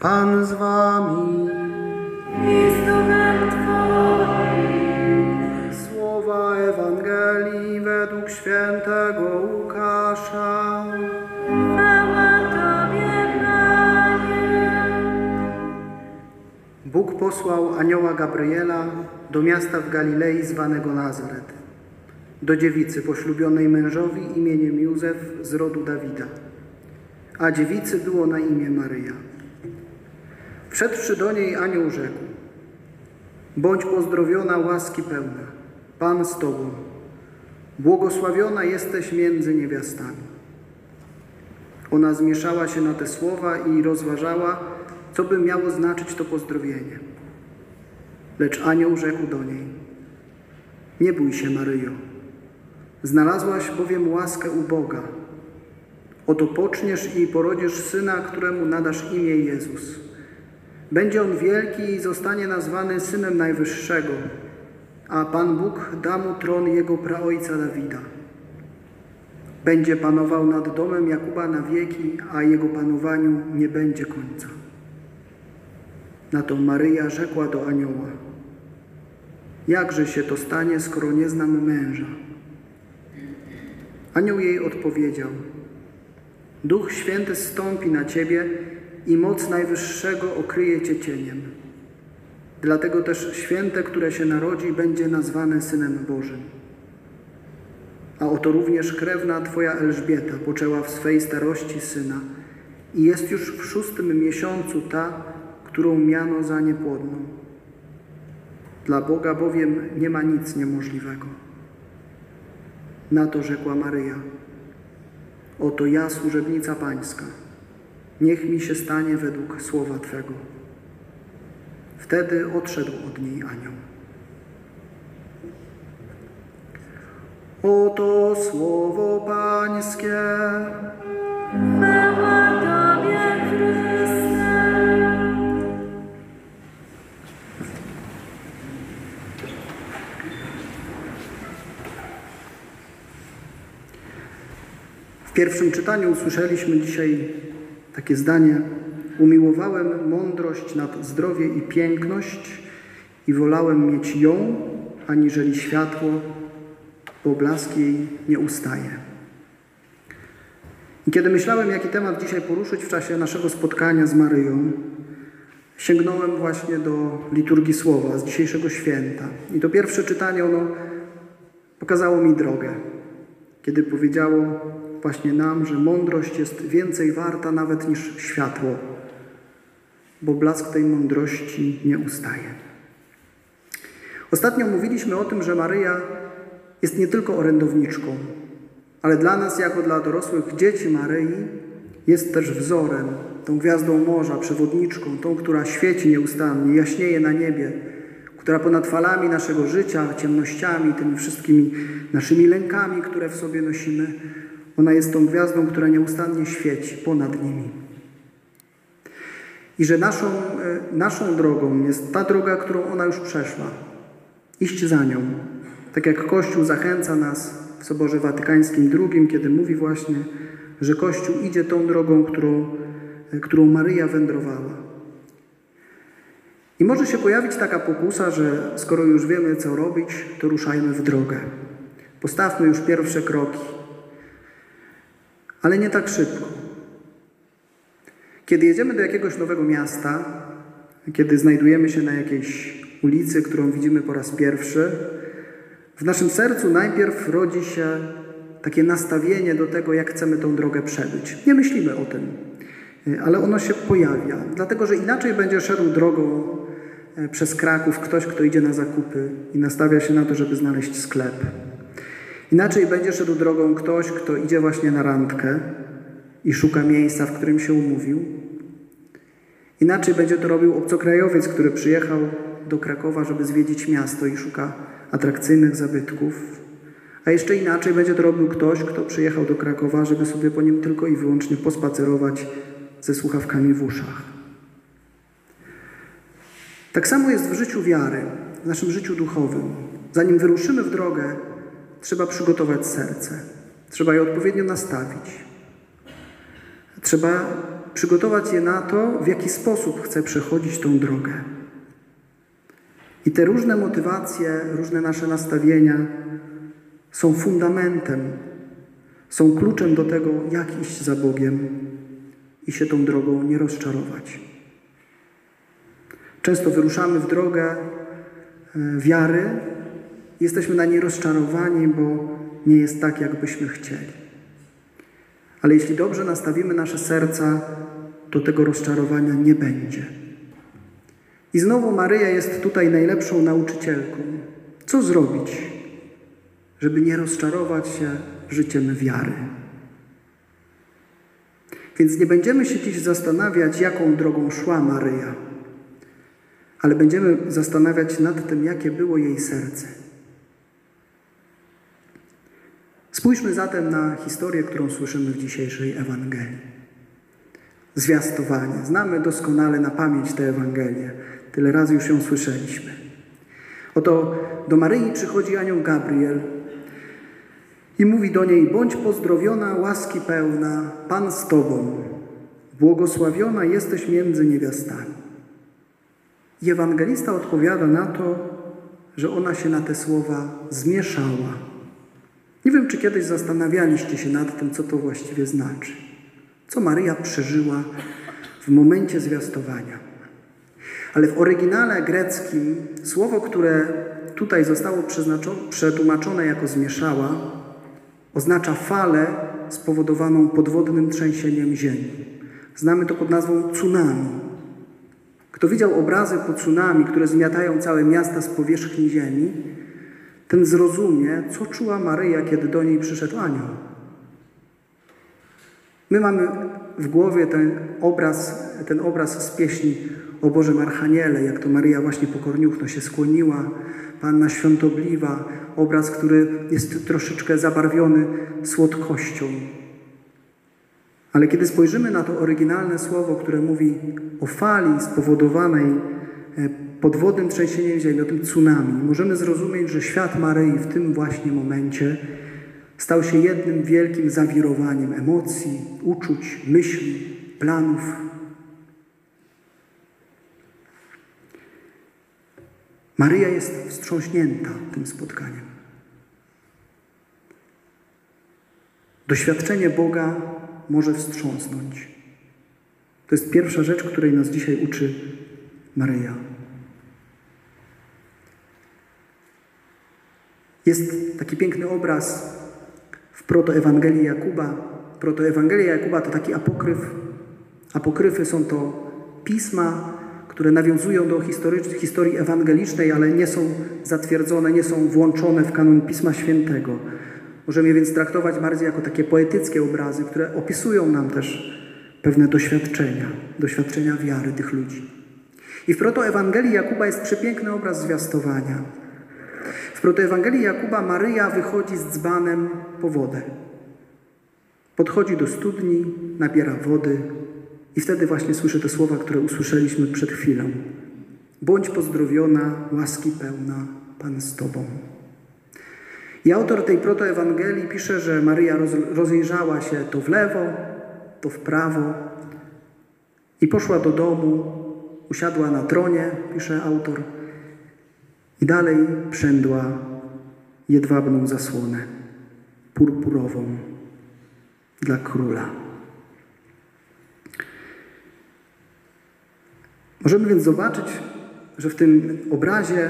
Pan z wami. I z duchem Twoim. Słowa Ewangelii według świętego Łukasza. Chwała Tobie, Panie. Bóg posłał anioła Gabriela do miasta w Galilei zwanego Nazaret, do dziewicy poślubionej mężowi imieniem Józef z rodu Dawida, a dziewicy było na imię Maryja. Wszedłszy do niej, anioł rzekł: bądź pozdrowiona, łaski pełna, Pan z Tobą, błogosławiona jesteś między niewiastami. Ona zmieszała się na te słowa i rozważała, co by miało znaczyć to pozdrowienie. Lecz anioł rzekł do niej: nie bój się, Maryjo, znalazłaś bowiem łaskę u Boga. Oto poczniesz i porodzisz syna, któremu nadasz imię Jezus. Będzie on wielki i zostanie nazwany Synem Najwyższego, a Pan Bóg da mu tron jego praojca Dawida. Będzie panował nad domem Jakuba na wieki, a jego panowaniu nie będzie końca. Na to Maryja rzekła do anioła: jakże się to stanie, skoro nie znam męża? Anioł jej odpowiedział: Duch Święty zstąpi na ciebie i moc Najwyższego okryje cię cieniem. Dlatego też święte, które się narodzi, będzie nazwane Synem Bożym. A oto również krewna twoja Elżbieta poczęła w swej starości syna i jest już w 6. miesiącu ta, którą miano za niepłodną. Dla Boga bowiem nie ma nic niemożliwego. Na to rzekła Maryja: oto ja, służebnica Pańska, niech mi się stanie według słowa Twego. Wtedy odszedł od niej anioł. Oto słowo Pańskie. Chwała Tobie, Chryste. W pierwszym czytaniu usłyszeliśmy dzisiaj takie zdanie: umiłowałem mądrość nad zdrowie i piękność i wolałem mieć ją, aniżeli światło, bo blask jej nie ustaje. I kiedy myślałem, jaki temat dzisiaj poruszyć w czasie naszego spotkania z Maryją, sięgnąłem właśnie do liturgii Słowa z dzisiejszego święta. I to pierwsze czytanie, ono pokazało mi drogę, kiedy powiedziało właśnie nam, że mądrość jest więcej warta nawet niż światło, bo blask tej mądrości nie ustaje. Ostatnio mówiliśmy o tym, że Maryja jest nie tylko orędowniczką, ale dla nas, jako dla dorosłych dzieci Maryi, jest też wzorem, tą gwiazdą morza, przewodniczką, tą, która świeci nieustannie, jaśnieje na niebie, która ponad falami naszego życia, ciemnościami, tymi wszystkimi naszymi lękami, które w sobie nosimy, ona jest tą gwiazdą, która nieustannie świeci ponad nimi. I że naszą drogą jest ta droga, którą ona już przeszła. Iść za nią. Tak jak Kościół zachęca nas w Soborze Watykańskim II, kiedy mówi właśnie, że Kościół idzie tą drogą, którą Maryja wędrowała. I może się pojawić taka pokusa, że skoro już wiemy, co robić, to ruszajmy w drogę. Postawmy już pierwsze kroki. Ale nie tak szybko. Kiedy jedziemy do jakiegoś nowego miasta, kiedy znajdujemy się na jakiejś ulicy, którą widzimy po raz pierwszy, w naszym sercu najpierw rodzi się takie nastawienie do tego, jak chcemy tą drogę przebyć. Nie myślimy o tym, ale ono się pojawia, dlatego że inaczej będzie szedł drogą przez Kraków ktoś, kto idzie na zakupy i nastawia się na to, żeby znaleźć sklep. Inaczej będzie szedł drogą ktoś, kto idzie właśnie na randkę i szuka miejsca, w którym się umówił. Inaczej będzie to robił obcokrajowiec, który przyjechał do Krakowa, żeby zwiedzić miasto i szuka atrakcyjnych zabytków. A jeszcze inaczej będzie to robił ktoś, kto przyjechał do Krakowa, żeby sobie po nim tylko i wyłącznie pospacerować ze słuchawkami w uszach. Tak samo jest w życiu wiary, w naszym życiu duchowym. Zanim wyruszymy w drogę, trzeba przygotować serce. Trzeba je odpowiednio nastawić. Trzeba przygotować je na to, w jaki sposób chce przechodzić tą drogę. I te różne motywacje, różne nasze nastawienia są fundamentem, są kluczem do tego, jak iść za Bogiem i się tą drogą nie rozczarować. Często wyruszamy w drogę wiary, jesteśmy na niej rozczarowani, bo nie jest tak, jakbyśmy chcieli. Ale jeśli dobrze nastawimy nasze serca, to tego rozczarowania nie będzie. I znowu Maryja jest tutaj najlepszą nauczycielką. Co zrobić, żeby nie rozczarować się życiem wiary? Więc nie będziemy się dziś zastanawiać, jaką drogą szła Maryja, ale będziemy zastanawiać nad tym, jakie było jej serce. Spójrzmy zatem na historię, którą słyszymy w dzisiejszej Ewangelii. Zwiastowanie. Znamy doskonale na pamięć tę Ewangelię. Tyle razy już ją słyszeliśmy. Oto do Maryi przychodzi anioł Gabriel i mówi do niej: bądź pozdrowiona, łaski pełna, Pan z Tobą, błogosławiona jesteś między niewiastami. I ewangelista odpowiada na to, że ona się na te słowa zmieszała. Nie wiem, czy kiedyś zastanawialiście się nad tym, co to właściwie znaczy. Co Maryja przeżyła w momencie zwiastowania. Ale w oryginale greckim słowo, które tutaj zostało przetłumaczone jako zmieszała, oznacza falę spowodowaną podwodnym trzęsieniem ziemi. Znamy to pod nazwą tsunami. Kto widział obrazy po tsunami, które zmiatają całe miasta z powierzchni ziemi, ten zrozumie, co czuła Maryja, kiedy do niej przyszedł anioł. My mamy w głowie ten obraz z pieśni o Bożym Archaniele, jak to Maryja właśnie pokorniuchno się skłoniła, Panna Świątobliwa, obraz, który jest troszeczkę zabarwiony słodkością. Ale kiedy spojrzymy na to oryginalne słowo, które mówi o fali spowodowanej podwodnym trzęsieniem ziemi, o tym tsunami, możemy zrozumieć, że świat Maryi w tym właśnie momencie stał się jednym wielkim zawirowaniem emocji, uczuć, myśli, planów. Maryja jest wstrząśnięta tym spotkaniem. Doświadczenie Boga może wstrząsnąć. To jest pierwsza rzecz, której nas dzisiaj uczy Maryja. Jest taki piękny obraz w protoewangelii Jakuba. Protoewangelia Jakuba to taki apokryf. Apokryfy są to pisma, które nawiązują do historii ewangelicznej, ale nie są zatwierdzone, nie są włączone w kanon Pisma Świętego. Możemy je więc traktować bardziej jako takie poetyckie obrazy, które opisują nam też pewne doświadczenia wiary tych ludzi. I w protoewangelii Jakuba jest przepiękny obraz zwiastowania. W protoewangelii Jakuba Maryja wychodzi z dzbanem po wodę. Podchodzi do studni, nabiera wody i wtedy właśnie słyszy te słowa, które usłyszeliśmy przed chwilą. Bądź pozdrowiona, łaski pełna, Pan z Tobą. I autor tej protoewangelii pisze, że Maryja rozejrzała się to w lewo, to w prawo i poszła do domu, usiadła na tronie, pisze autor, i dalej przędła jedwabną zasłonę, purpurową dla króla. Możemy więc zobaczyć, że w tym obrazie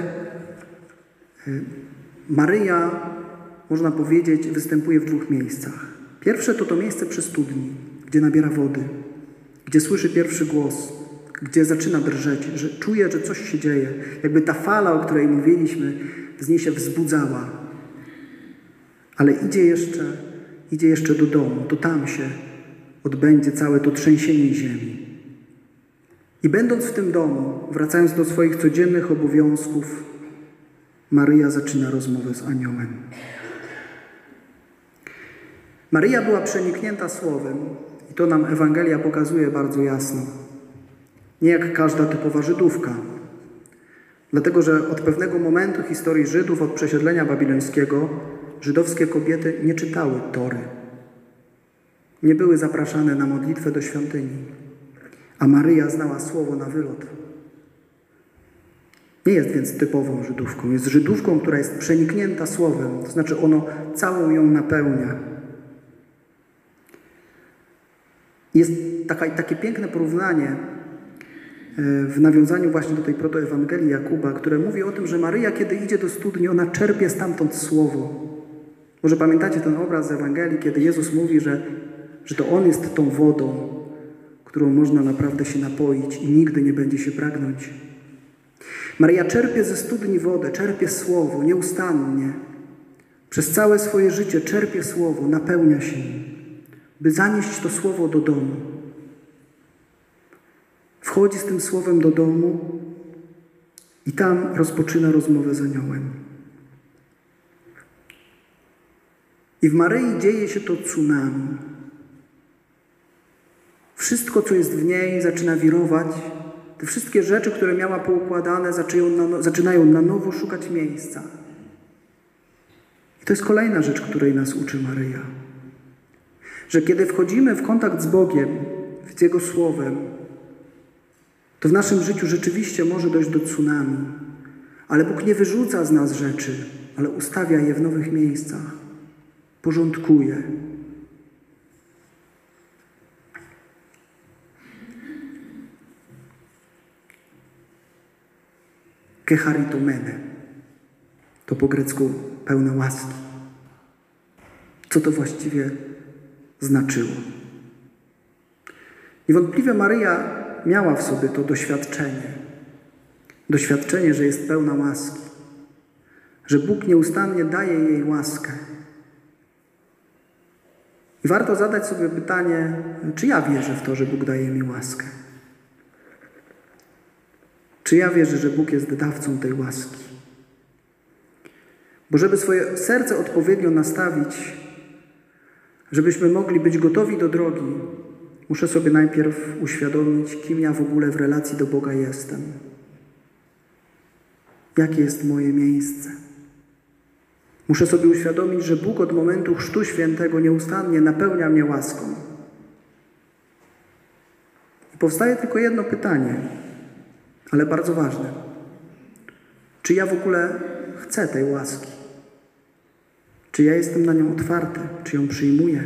Maryja, można powiedzieć, występuje w dwóch miejscach. Pierwsze to miejsce przy studni, gdzie nabiera wody, gdzie słyszy pierwszy głos, gdzie zaczyna drżeć, że czuje, że coś się dzieje. Jakby ta fala, o której mówiliśmy, z niej się wzbudzała. Ale idzie jeszcze do domu, to tam się odbędzie całe to trzęsienie ziemi. I będąc w tym domu, wracając do swoich codziennych obowiązków, Maryja zaczyna rozmowę z aniołem. Maryja była przeniknięta słowem i to nam Ewangelia pokazuje bardzo jasno. Nie jak każda typowa Żydówka. Dlatego, że od pewnego momentu historii Żydów, od przesiedlenia babilońskiego, żydowskie kobiety nie czytały Tory. Nie były zapraszane na modlitwę do świątyni. a Maryja znała słowo na wylot. Nie jest więc typową Żydówką. Jest Żydówką, która jest przeniknięta słowem, to znaczy ono całą ją napełnia. Jest takie piękne porównanie w nawiązaniu właśnie do tej protoewangelii Jakuba, które mówi o tym, że Maryja, kiedy idzie do studni, ona czerpie stamtąd słowo. Może pamiętacie ten obraz z Ewangelii, kiedy Jezus mówi, że to On jest tą wodą, którą można naprawdę się napoić i nigdy nie będzie się pragnąć. Maryja czerpie ze studni wodę, czerpie słowo nieustannie. Przez całe swoje życie czerpie słowo, napełnia się nim, by zanieść to słowo do domu. Wchodzi z tym słowem do domu i tam rozpoczyna rozmowę z aniołem. I w Maryi dzieje się to tsunami. Wszystko, co jest w niej, zaczyna wirować. Te wszystkie rzeczy, które miała poukładane, zaczynają na nowo szukać miejsca. I to jest kolejna rzecz, której nas uczy Maryja. Że kiedy wchodzimy w kontakt z Bogiem, z Jego Słowem, to w naszym życiu rzeczywiście może dojść do tsunami. Ale Bóg nie wyrzuca z nas rzeczy, ale ustawia je w nowych miejscach. Porządkuje. Kecharitomene. To po grecku pełna łaski. Co to właściwie znaczyło? Niewątpliwie Maryja miała w sobie to doświadczenie. Doświadczenie, że jest pełna łaski. Że Bóg nieustannie daje jej łaskę. I warto zadać sobie pytanie, czy ja wierzę w to, że Bóg daje mi łaskę? Czy ja wierzę, że Bóg jest dawcą tej łaski? Bo żeby swoje serce odpowiednio nastawić, żebyśmy mogli być gotowi do drogi, muszę sobie najpierw uświadomić, kim ja w ogóle w relacji do Boga jestem. Jakie jest moje miejsce? Muszę sobie uświadomić, że Bóg od momentu Chrztu Świętego nieustannie napełnia mnie łaską. I powstaje tylko jedno pytanie, ale bardzo ważne. Czy ja w ogóle chcę tej łaski? Czy ja jestem na nią otwarty? Czy ją przyjmuję?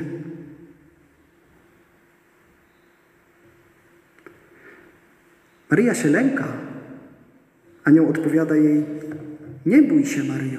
Maryja się lęka. Anioł odpowiada jej: nie bój się, Maryjo.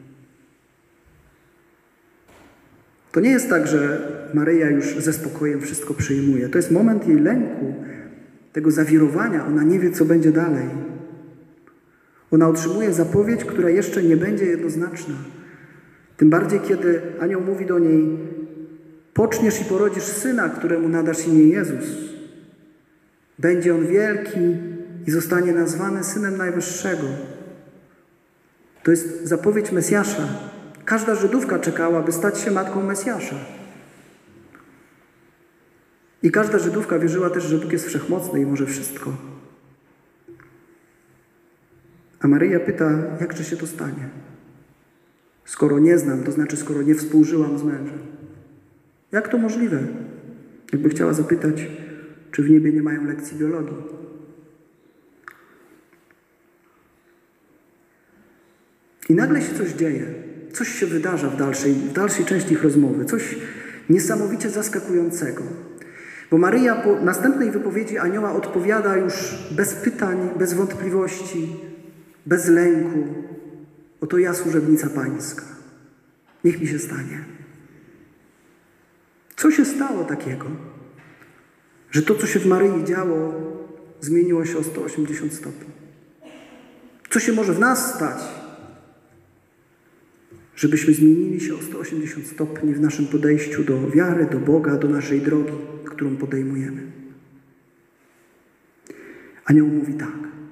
To nie jest tak, że Maryja już ze spokojem wszystko przyjmuje. To jest moment jej lęku, tego zawirowania. Ona nie wie, co będzie dalej. Ona otrzymuje zapowiedź, która jeszcze nie będzie jednoznaczna. Tym bardziej, kiedy anioł mówi do niej: poczniesz i porodzisz syna, któremu nadasz imię Jezus. Będzie on wielki i zostanie nazwany Synem Najwyższego. To jest zapowiedź Mesjasza. Każda Żydówka czekała, by stać się matką Mesjasza. I każda Żydówka wierzyła też, że Bóg jest wszechmocny i może wszystko. A Maryja pyta, jakże się to stanie? Skoro nie znam, to znaczy skoro nie współżyłam z mężem. Jak to możliwe? Jakby chciała zapytać, czy w niebie nie mają lekcji biologii. I nagle się coś dzieje. Coś się wydarza w dalszej części ich rozmowy. Coś niesamowicie zaskakującego. Bo Maryja po następnej wypowiedzi anioła odpowiada już bez pytań, bez wątpliwości, bez lęku. Oto ja, służebnica pańska. Niech mi się stanie. Co się stało takiego, że to, co się w Maryi działo, zmieniło się o 180 stopni? Co się może w nas stać, żebyśmy zmienili się o 180 stopni w naszym podejściu do wiary, do Boga, do naszej drogi, którą podejmujemy? Anioł mówi tak.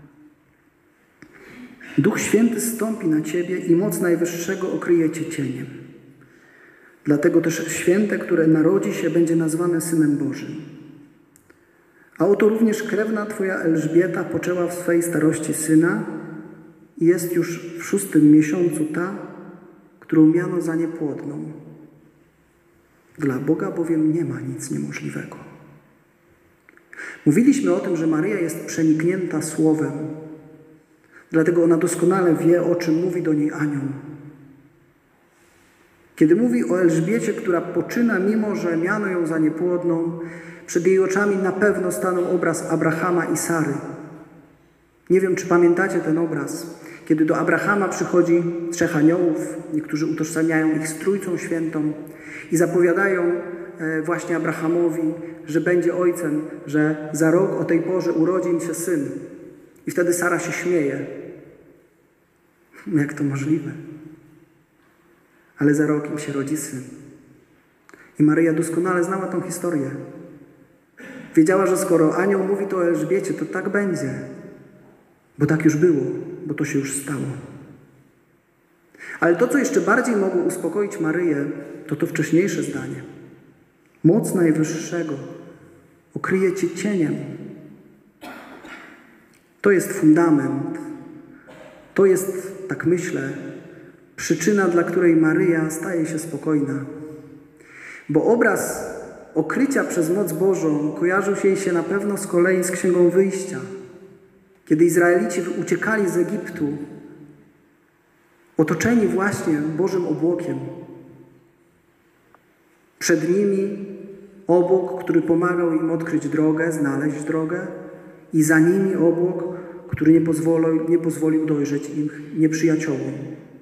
Duch Święty zstąpi na ciebie i moc Najwyższego okryje cię cieniem. Dlatego też święte, które narodzi się, będzie nazwane Synem Bożym. A oto również krewna twoja Elżbieta poczęła w swej starości syna i jest już w 6. miesiącu ta, którą miano za niepłodną. Dla Boga bowiem nie ma nic niemożliwego. Mówiliśmy o tym, że Maryja jest przeniknięta Słowem. Dlatego ona doskonale wie, o czym mówi do niej anioł. Kiedy mówi o Elżbiecie, która poczyna, mimo że miano ją za niepłodną, przed jej oczami na pewno stanął obraz Abrahama i Sary. Nie wiem, czy pamiętacie ten obraz. Kiedy do Abrahama przychodzi 3 aniołów, niektórzy utożsamiają ich z Trójcą Świętą i zapowiadają właśnie Abrahamowi, że będzie ojcem, że za rok o tej porze urodzi im się syn. I wtedy Sara się śmieje. Jak to możliwe? Ale za rok im się rodzi syn. I Maryja doskonale znała tą historię. Wiedziała, że skoro anioł mówi to o Elżbiecie, to tak będzie. Bo tak już było, bo to się już stało. Ale to, co jeszcze bardziej mogło uspokoić Maryję, to wcześniejsze zdanie. Moc Najwyższego okryje cię cieniem. To jest fundament. To jest, tak myślę, przyczyna, dla której Maryja staje się spokojna. Bo obraz okrycia przez moc Bożą kojarzył się jej na pewno z kolei z Księgą Wyjścia. Kiedy Izraelici uciekali z Egiptu, otoczeni właśnie Bożym obłokiem. Przed nimi obłok, który pomagał im odkryć drogę, znaleźć drogę, i za nimi obłok, który nie pozwolił dojrzeć ich nieprzyjaciołom.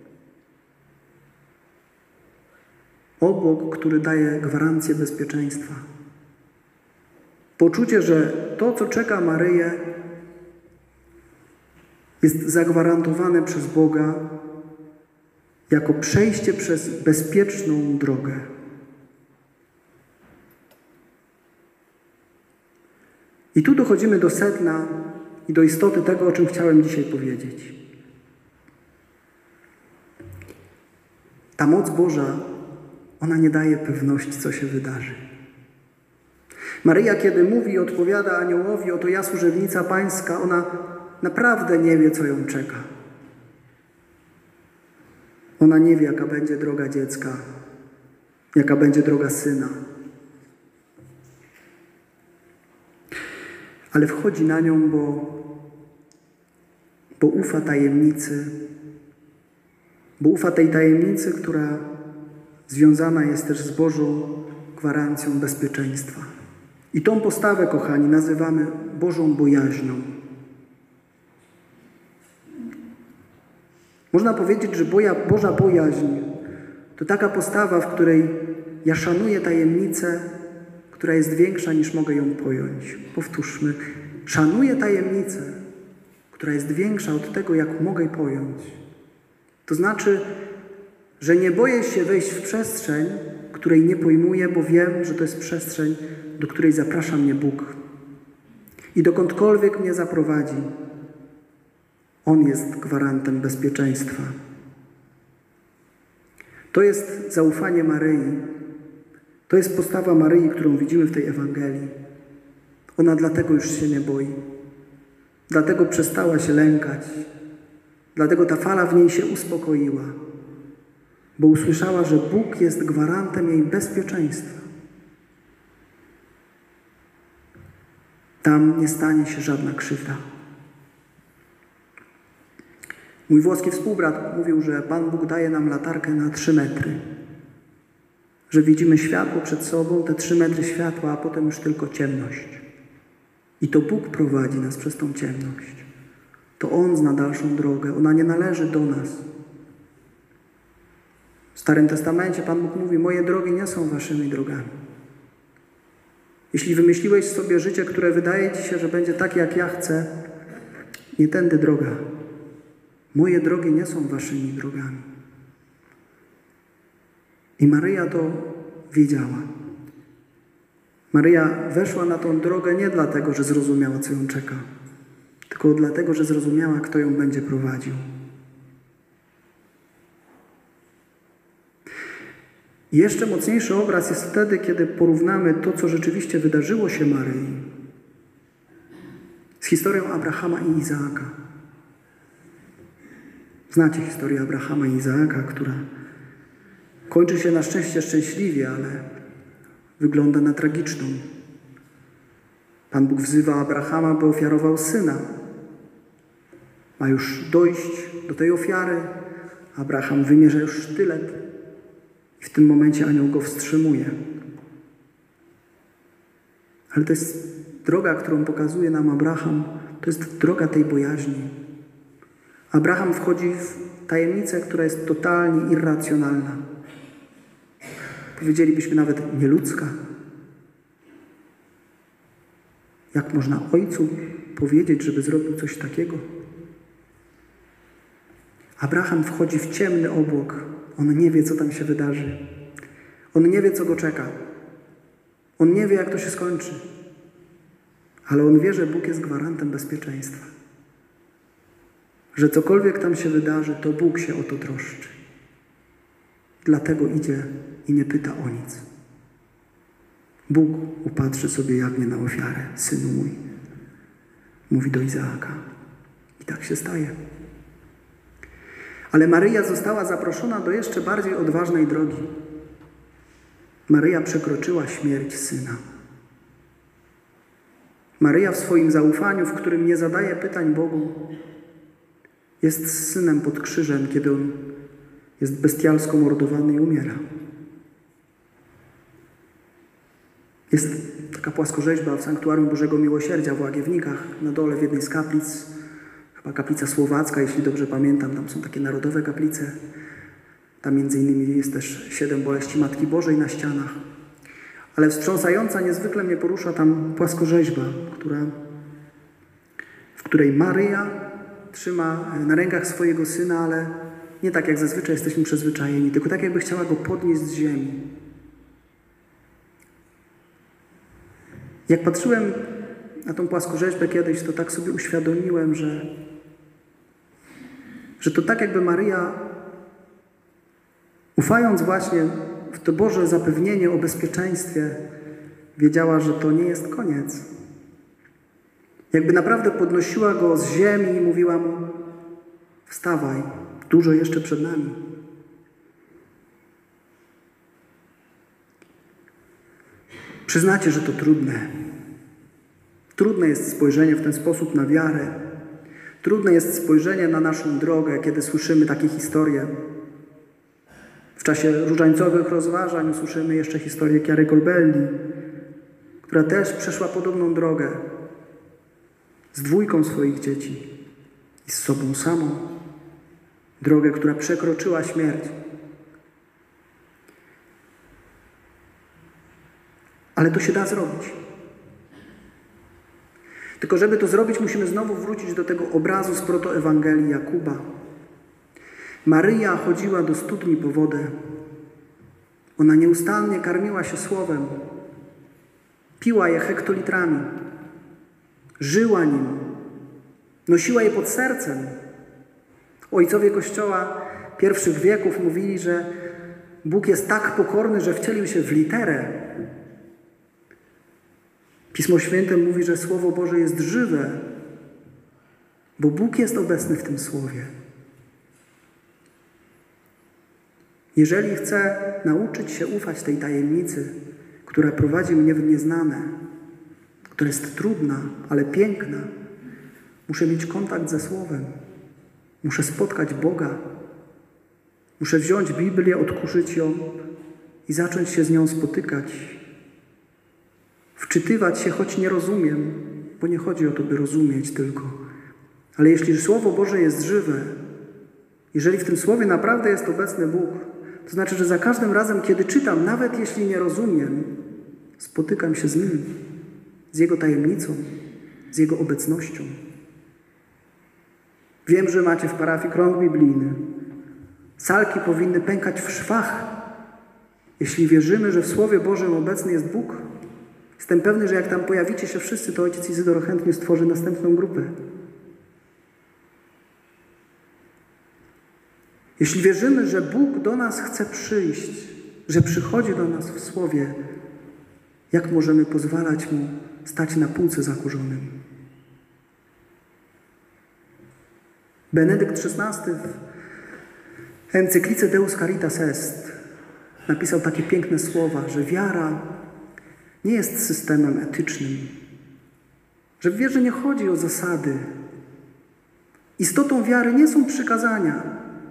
Obłok, który daje gwarancję bezpieczeństwa. Poczucie, że to, co czeka Maryję, jest zagwarantowane przez Boga jako przejście przez bezpieczną drogę. I tu dochodzimy do sedna i do istoty tego, o czym chciałem dzisiaj powiedzieć. Ta moc Boża, ona nie daje pewności, co się wydarzy. Maryja, kiedy mówi i odpowiada aniołowi, oto ja, służebnica Pańska, ona naprawdę nie wie, co ją czeka. Ona nie wie, jaka będzie droga dziecka, jaka będzie droga syna. Ale wchodzi na nią, bo ufa tajemnicy, bo ufa tej tajemnicy, która związana jest też z Bożą gwarancją bezpieczeństwa. I tą postawę, kochani, nazywamy Bożą bojaźnią. Można powiedzieć, że Boża bojaźń to taka postawa, w której ja szanuję tajemnicę, która jest większa, niż mogę ją pojąć. Powtórzmy. Szanuję tajemnicę, która jest większa od tego, jak mogę pojąć. To znaczy, że nie boję się wejść w przestrzeń, której nie pojmuję, bo wiem, że to jest przestrzeń, do której zaprasza mnie Bóg. I dokądkolwiek mnie zaprowadzi, On jest gwarantem bezpieczeństwa. To jest zaufanie Maryi. To jest postawa Maryi, którą widzimy w tej Ewangelii. Ona dlatego już się nie boi. Dlatego przestała się lękać. Dlatego ta fala w niej się uspokoiła. Bo usłyszała, że Bóg jest gwarantem jej bezpieczeństwa. Tam nie stanie się żadna krzywda. Mój włoski współbrat mówił, że Pan Bóg daje nam latarkę na 3 metry. Że widzimy światło przed sobą, te 3 metry światła, a potem już tylko ciemność. I to Bóg prowadzi nas przez tą ciemność. To On zna dalszą drogę. Ona nie należy do nas. W Starym Testamencie Pan Bóg mówi, moje drogi nie są waszymi drogami. Jeśli wymyśliłeś sobie życie, które wydaje ci się, że będzie takie, jak ja chcę, nie tędy droga. Moje drogi nie są waszymi drogami. I Maryja to wiedziała. Maryja weszła na tą drogę nie dlatego, że zrozumiała, co ją czeka, tylko dlatego, że zrozumiała, kto ją będzie prowadził. I jeszcze mocniejszy obraz jest wtedy, kiedy porównamy to, co rzeczywiście wydarzyło się Maryi, z historią Abrahama i Izaaka. Znacie historię Abrahama i Izaaka, która kończy się na szczęście szczęśliwie, ale wygląda na tragiczną. Pan Bóg wzywa Abrahama, by ofiarował syna. Ma już dojść do tej ofiary. Abraham wymierza już sztylet i w tym momencie anioł go wstrzymuje. Ale to jest droga, którą pokazuje nam Abraham, to jest droga tej bojaźni. Abraham wchodzi w tajemnicę, która jest totalnie irracjonalna. Powiedzielibyśmy nawet nieludzka. Jak można ojcu powiedzieć, żeby zrobił coś takiego? Abraham wchodzi w ciemny obłok. On nie wie, co tam się wydarzy. On nie wie, co go czeka. On nie wie, jak to się skończy. Ale on wie, że Bóg jest gwarantem bezpieczeństwa. Że cokolwiek tam się wydarzy, to Bóg się o to troszczy. Dlatego idzie i nie pyta o nic. Bóg upatrzy sobie jawnie na ofiarę. Synu mój, mówi do Izaaka. I tak się staje. Ale Maryja została zaproszona do jeszcze bardziej odważnej drogi. Maryja przekroczyła śmierć syna. Maryja w swoim zaufaniu, w którym nie zadaje pytań Bogu, jest z synem pod krzyżem, kiedy on jest bestialsko mordowany i umiera. Jest taka płaskorzeźba w Sanktuarium Bożego Miłosierdzia w Łagiewnikach, na dole w jednej z kaplic, chyba kaplica słowacka, jeśli dobrze pamiętam, tam są takie narodowe kaplice. Tam między innymi jest też 7 boleści Matki Bożej na ścianach. Ale wstrząsająca niezwykle mnie porusza tam płaskorzeźba, w której Maryja trzyma na rękach swojego syna, ale nie tak jak zazwyczaj jesteśmy przyzwyczajeni, tylko tak jakby chciała go podnieść z ziemi. Jak patrzyłem na tą płaskorzeźbę kiedyś, to tak sobie uświadomiłem, że to tak jakby Maryja, ufając właśnie w to Boże zapewnienie o bezpieczeństwie, wiedziała, że to nie jest koniec. Jakby naprawdę podnosiła go z ziemi i mówiła mu: wstawaj, dużo jeszcze przed nami. Przyznacie, że to trudne. Trudne jest spojrzenie w ten sposób na wiarę. Trudne jest spojrzenie na naszą drogę, kiedy słyszymy takie historie. W czasie różańcowych rozważań usłyszymy jeszcze historię Chiary Colbelli, która też przeszła podobną drogę z 2 swoich dzieci i z sobą samą. Drogę, która przekroczyła śmierć. Ale to się da zrobić. Tylko żeby to zrobić, musimy znowu wrócić do tego obrazu z protoewangelii Jakuba. Maryja chodziła do studni po wodę. Ona nieustannie karmiła się słowem. Piła je hektolitrami. Żyła nim. Nosiła je pod sercem. Ojcowie Kościoła pierwszych wieków mówili, że Bóg jest tak pokorny, że wcielił się w literę. Pismo Święte mówi, że Słowo Boże jest żywe, bo Bóg jest obecny w tym Słowie. Jeżeli chcę nauczyć się ufać tej tajemnicy, która prowadzi mnie w nieznane, która jest trudna, ale piękna, muszę mieć kontakt ze Słowem. Muszę spotkać Boga. Muszę wziąć Biblię, odkurzyć ją i zacząć się z nią spotykać. Wczytywać się, choć nie rozumiem, bo nie chodzi o to, by rozumieć tylko. Ale jeśli Słowo Boże jest żywe, jeżeli w tym Słowie naprawdę jest obecny Bóg, to znaczy, że za każdym razem, kiedy czytam, nawet jeśli nie rozumiem, spotykam się z Nim, z Jego tajemnicą, z Jego obecnością. Wiem, że macie w parafii krąg biblijny. Salki powinny pękać w szwach, jeśli wierzymy, że w Słowie Bożym obecny jest Bóg. Jestem pewny, że jak tam pojawicie się wszyscy, to ojciec Izydor chętnie stworzy następną grupę. Jeśli wierzymy, że Bóg do nas chce przyjść, że przychodzi do nas w Słowie, jak możemy pozwalać Mu stać na półce zakurzonym? Benedykt XVI w encyklice Deus Caritas Est napisał takie piękne słowa, że wiara nie jest systemem etycznym. Że w wierze nie chodzi o zasady. Istotą wiary nie są przykazania.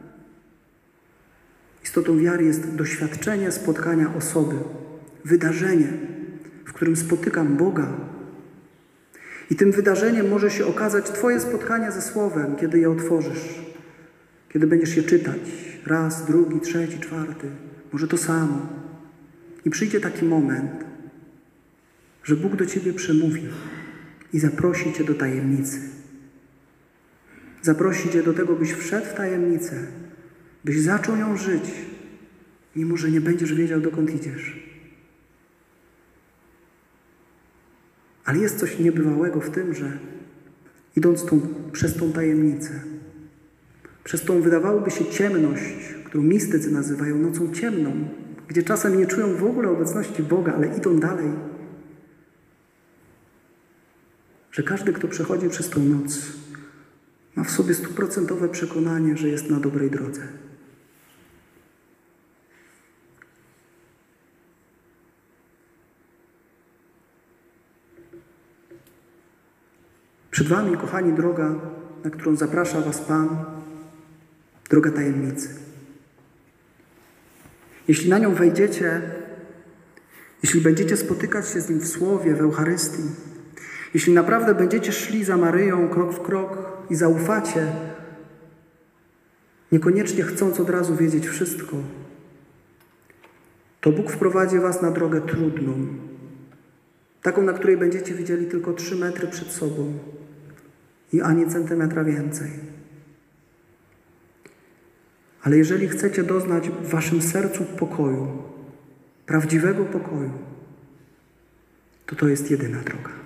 Istotą wiary jest doświadczenie spotkania osoby, wydarzenie, w którym spotykam Boga. I tym wydarzeniem może się okazać Twoje spotkanie ze Słowem, kiedy je otworzysz, kiedy będziesz je czytać raz, drugi, trzeci, czwarty, może to samo. I przyjdzie taki moment, że Bóg do Ciebie przemówi i zaprosi Cię do tajemnicy. Zaprosi Cię do tego, byś wszedł w tajemnicę, byś zaczął ją żyć, mimo że nie będziesz wiedział, dokąd idziesz. Ale jest coś niebywałego w tym, że idąc przez tą tajemnicę, przez tą wydawałoby się ciemność, którą mistycy nazywają nocą ciemną, gdzie czasem nie czują w ogóle obecności Boga, ale idą dalej, że każdy, kto przechodzi przez tą noc, ma w sobie 100% przekonanie, że jest na dobrej drodze. Przed Wami, kochani, droga, na którą zaprasza Was Pan, droga tajemnicy. Jeśli na nią wejdziecie, jeśli będziecie spotykać się z Nim w Słowie, w Eucharystii, jeśli naprawdę będziecie szli za Maryją krok w krok i zaufacie, niekoniecznie chcąc od razu wiedzieć wszystko, to Bóg wprowadzi Was na drogę trudną, taką, na której będziecie widzieli tylko 3 metry przed sobą i ani centymetra więcej. Ale jeżeli chcecie doznać w Waszym sercu pokoju, prawdziwego pokoju, to jest jedyna droga.